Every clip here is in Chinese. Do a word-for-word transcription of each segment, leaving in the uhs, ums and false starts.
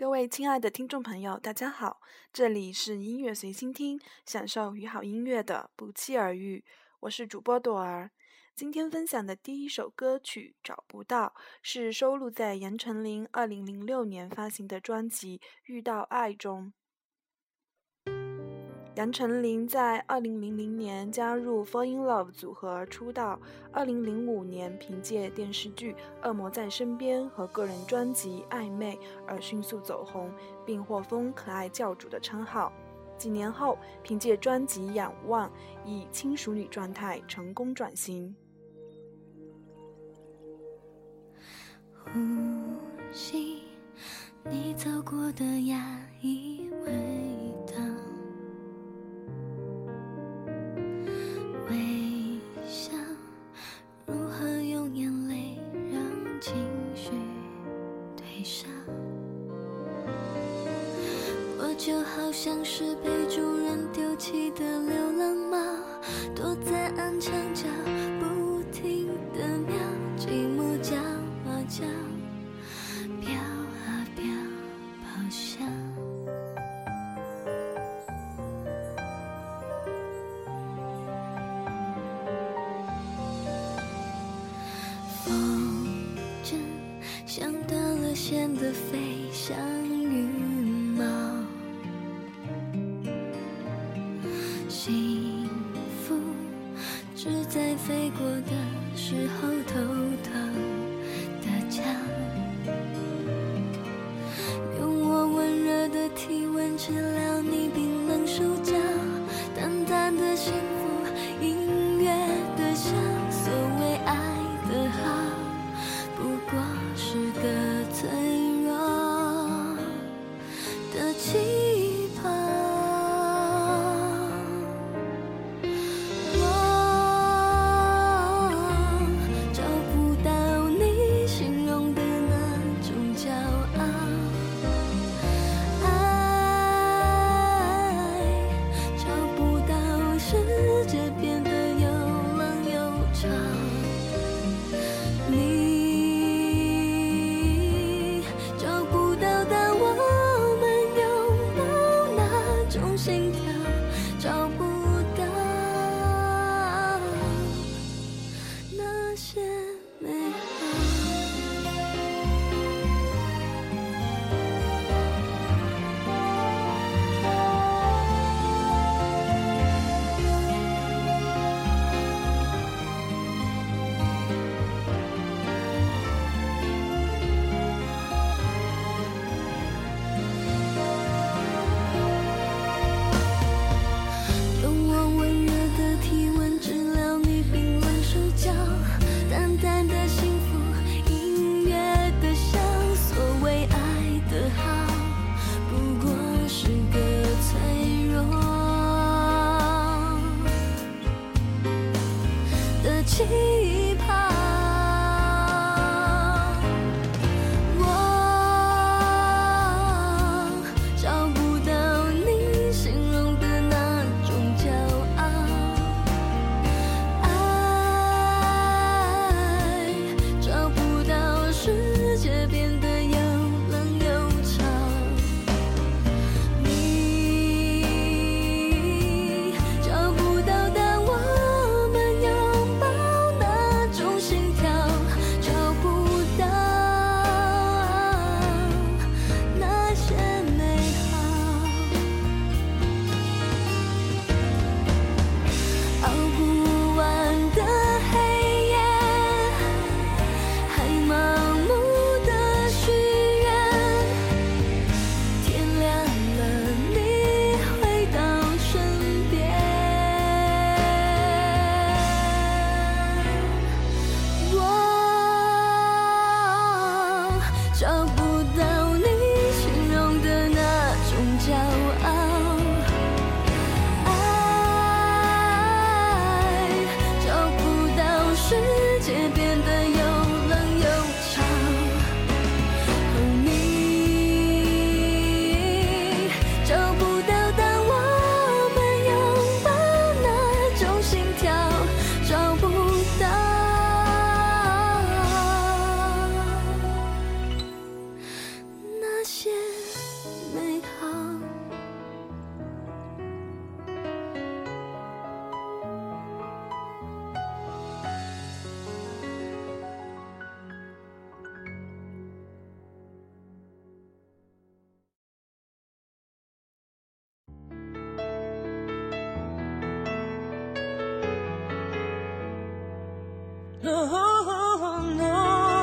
各位亲爱的听众朋友，大家好，这里是音乐随心听，享受与好音乐的不期而遇，我是主播朵儿。今天分享的第一首歌曲《找不到》是收录在杨丞琳二零零六年发行的专辑《遇到爱》中。杨丞琳在二零零零年加入 Fall in Love 组合出道，二零零五年凭借电视剧《恶魔在身边》和个人专辑《暧昧》而迅速走红，并获封可爱教主的称号。几年后，凭借专辑《仰望》以轻熟女状态成功转型。 呼吸你走过的压抑味道，微笑如何用眼泪让情绪退烧，我就好像是被主人丢弃的流浪猫，躲在暗墙角不停地喵，寂寞叫啊叫，飘啊飘，咆哮。风筝像断了线的飞翔羽毛，幸福只在飞过的时候偷偷的叫，用我温热的体温治疗你冰冷手脚，淡淡的幸福，音乐的笑，所谓爱的好，不过是个脆弱的气泡。 no, no.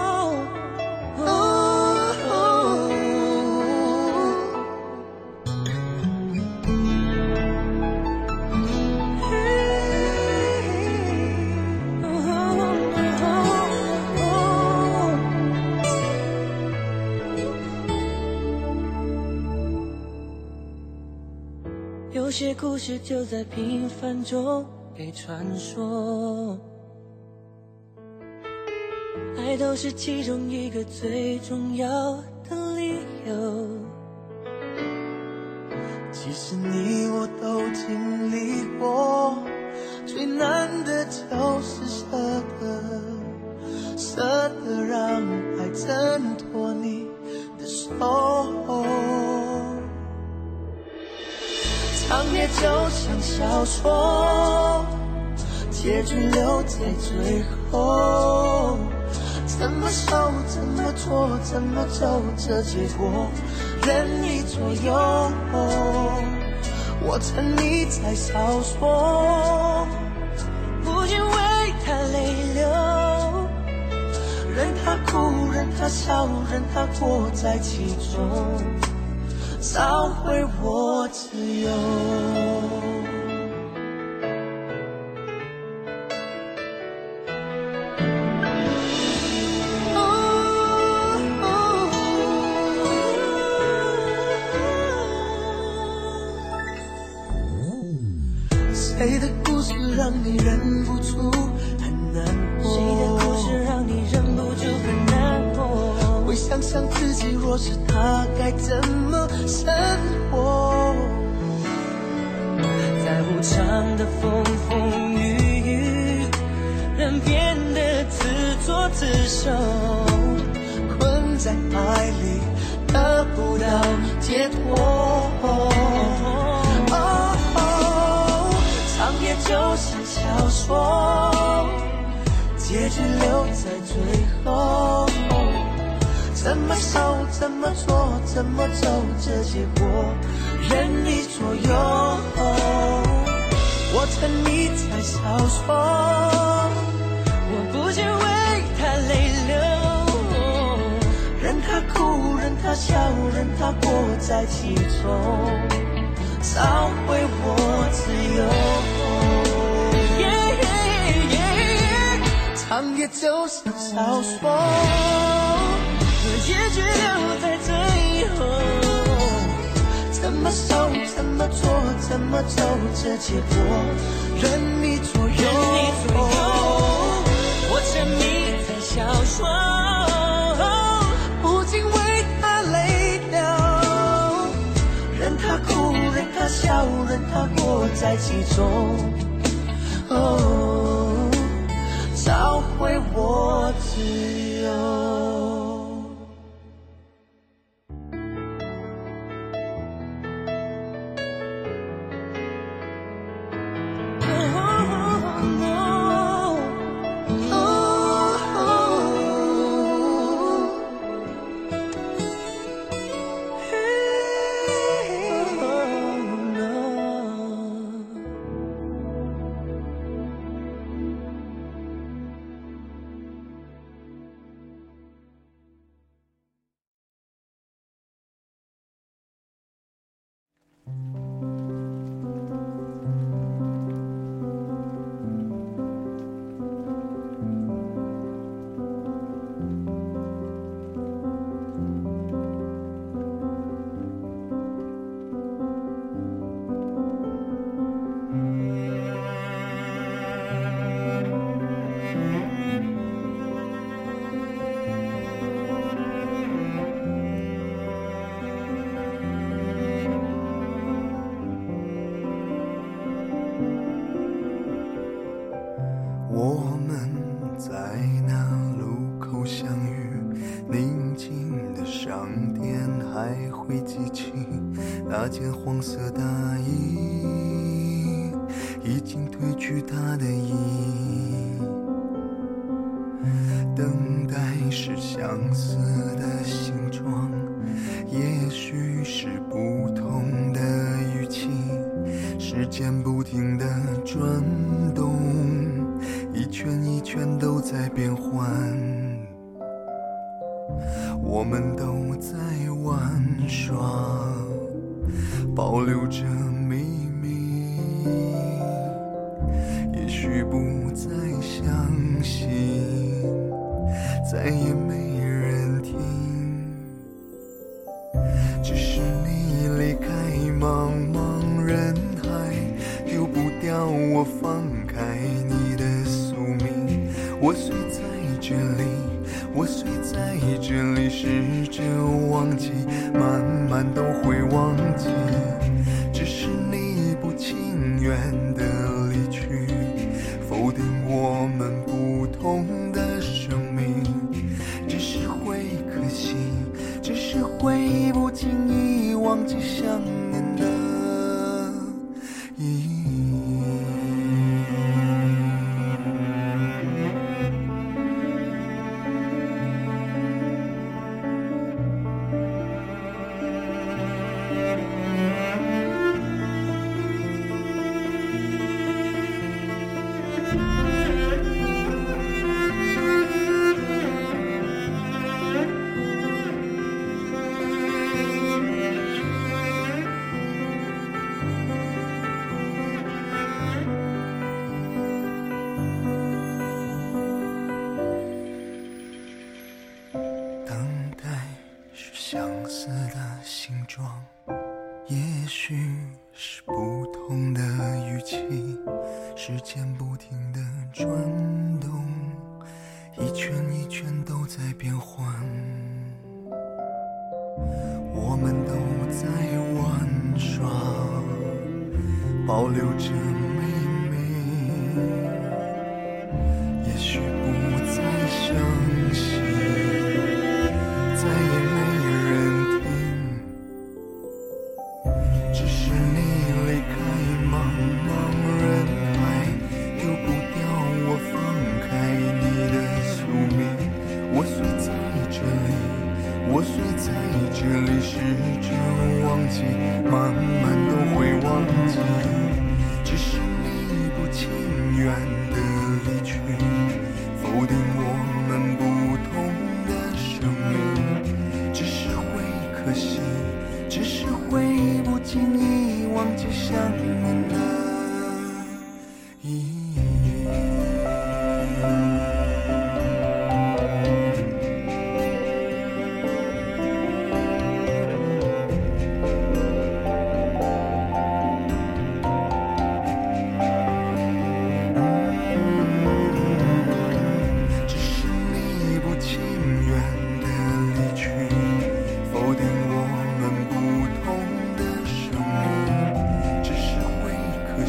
有些故事就在平凡中被传说，爱都是其中一个最重要的理由。 其实你我都经历过，最难的就是舍得，舍得让爱挣脱你的手。长夜就像小说，结局留在最后，怎么守，怎么错，怎么走，这结果任你左右。我沉溺在小说， 不禁为他泪流， 任他哭，任他笑，任他过在其中，找回我自由。谁的故事让你忍不住很难过？ 谁的故事让你忍不住很难过？ 会想想自己若是他该怎么生活？ 在无常的风风雨雨，人变得自作自受， 困在爱里得不到解脱。长夜就像小说，结局留在最后，怎么守，怎么做，怎么走，这结果任你左右。我沉溺在小说， 我不禁为他泪流， 任他哭，任他笑，任他过在其中，找回我自由。长夜就像小说， 结局留在最后， 怎么守，怎么做，怎么走，这结果任你左右。 我沉迷在小说， 不禁为他泪流，任他哭，任他笑，任他过在其中，哦，找回我自由。 我们在那路口相遇，宁静的商店还会记起那件黄色大衣，已经褪去它的意义。等待是相似的形状，也许是不同的语气，时间不停地转动，一圈一圈都在变耍，保留着秘密，也许不再相信，再也没人听，只是你离开茫茫人海，丢不掉我，放开你的宿命，我虽在这里，我虽在这里，试着忘记，慢慢都会忘记，只是你不情愿的离去，否定我们不同的生命，只是会可惜，只是会不经意忘记想念的意义。相似的形状，也许是不同的语气，时间不停地转动，一圈一圈都在变换，我们都在玩耍，保留着秘密，也许不再相信，再也没人听，只是你离开茫茫人海，丢不掉我，放开你的宿命，我虽在这里，我虽在这里，试着忘记，慢慢都会忘记，只是你不情愿的离去，否定我们不同的生命，只是会可惜，只是会不经意忘记想念的意义。只是你不情愿的离去，否定我们不同的生命，只是会可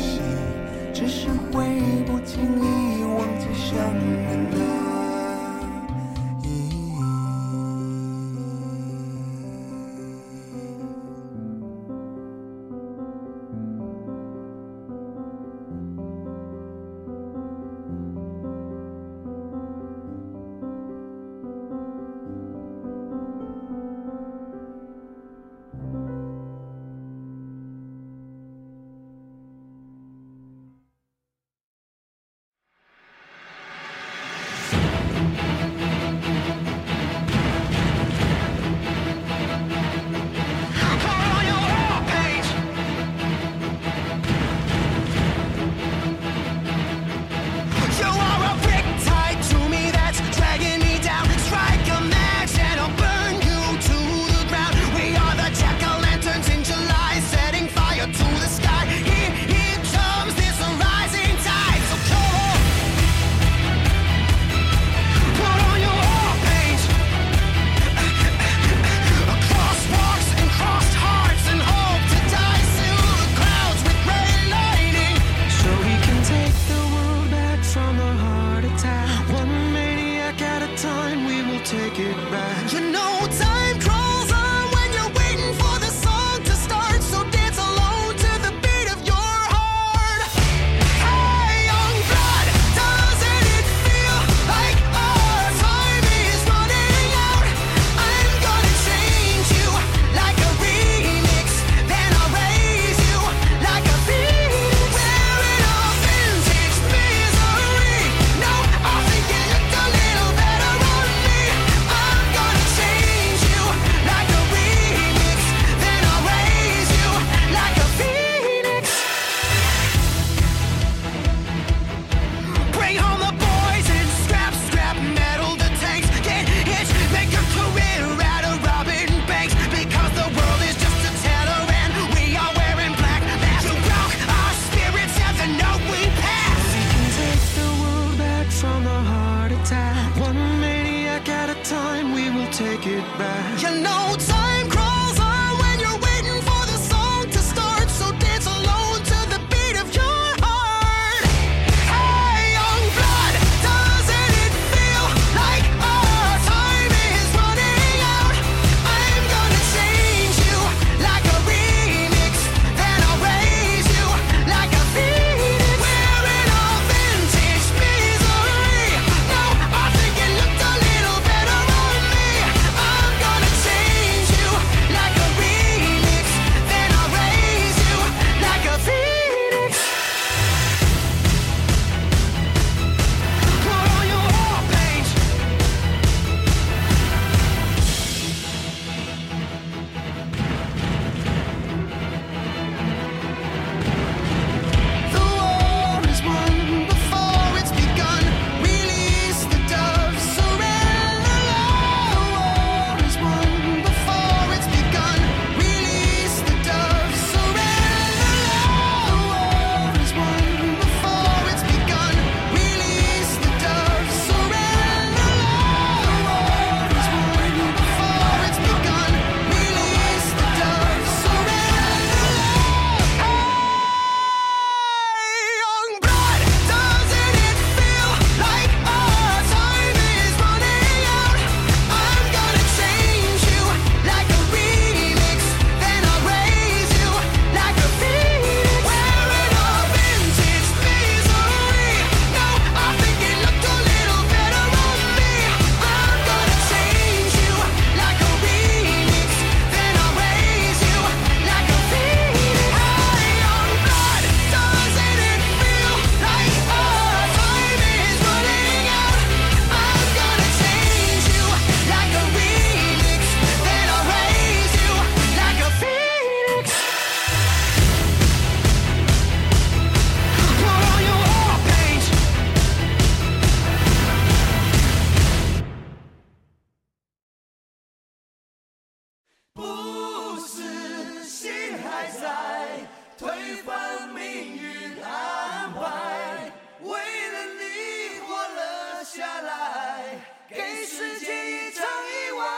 不是心还在推翻命运安排，为了你活了下来，给世界一场意外。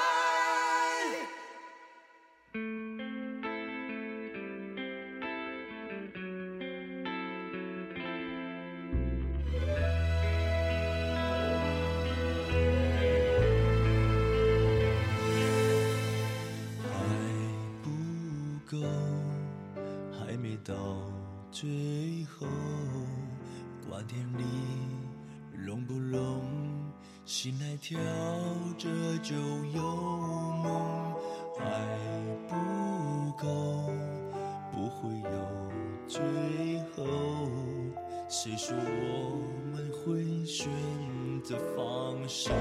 还没到最后，瓜田里拢不拢，心还跳着就有梦，还不够，不会有最后。谁说我们会选择放手？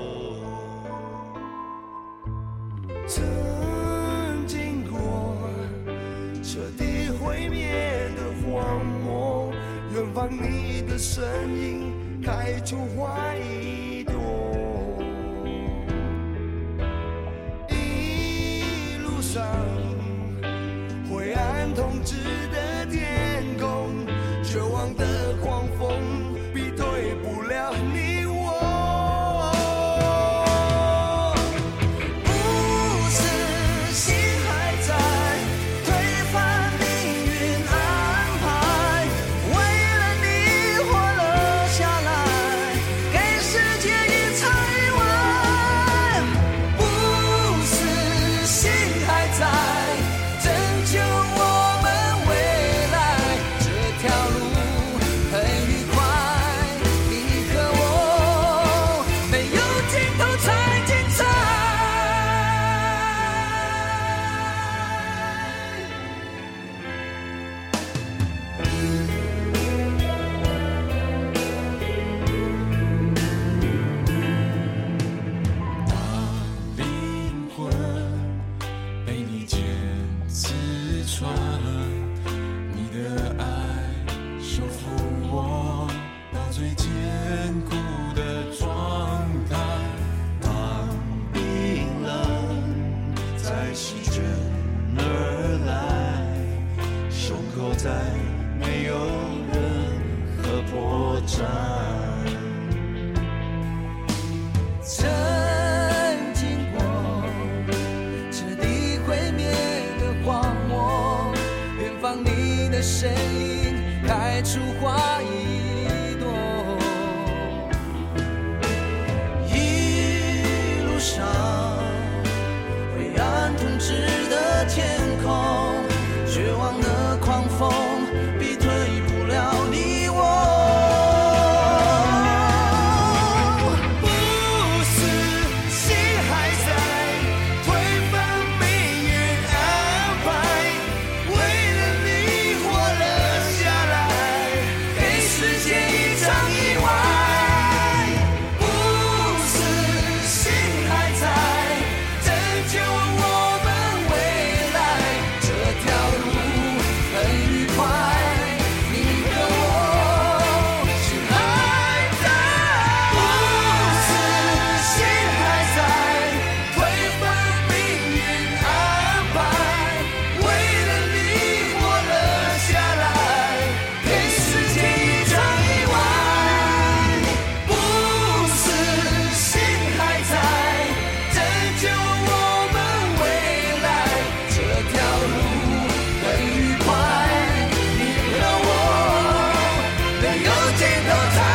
曾经过彻底毁灭的荒漠，远方你的身影开出花一朵，一路上灰暗统治的天空，绝望的狂风逼退不了你我。 身影开出花一朵，一路上灰暗统治的天空，绝望的狂风逼退不了你我。尽头。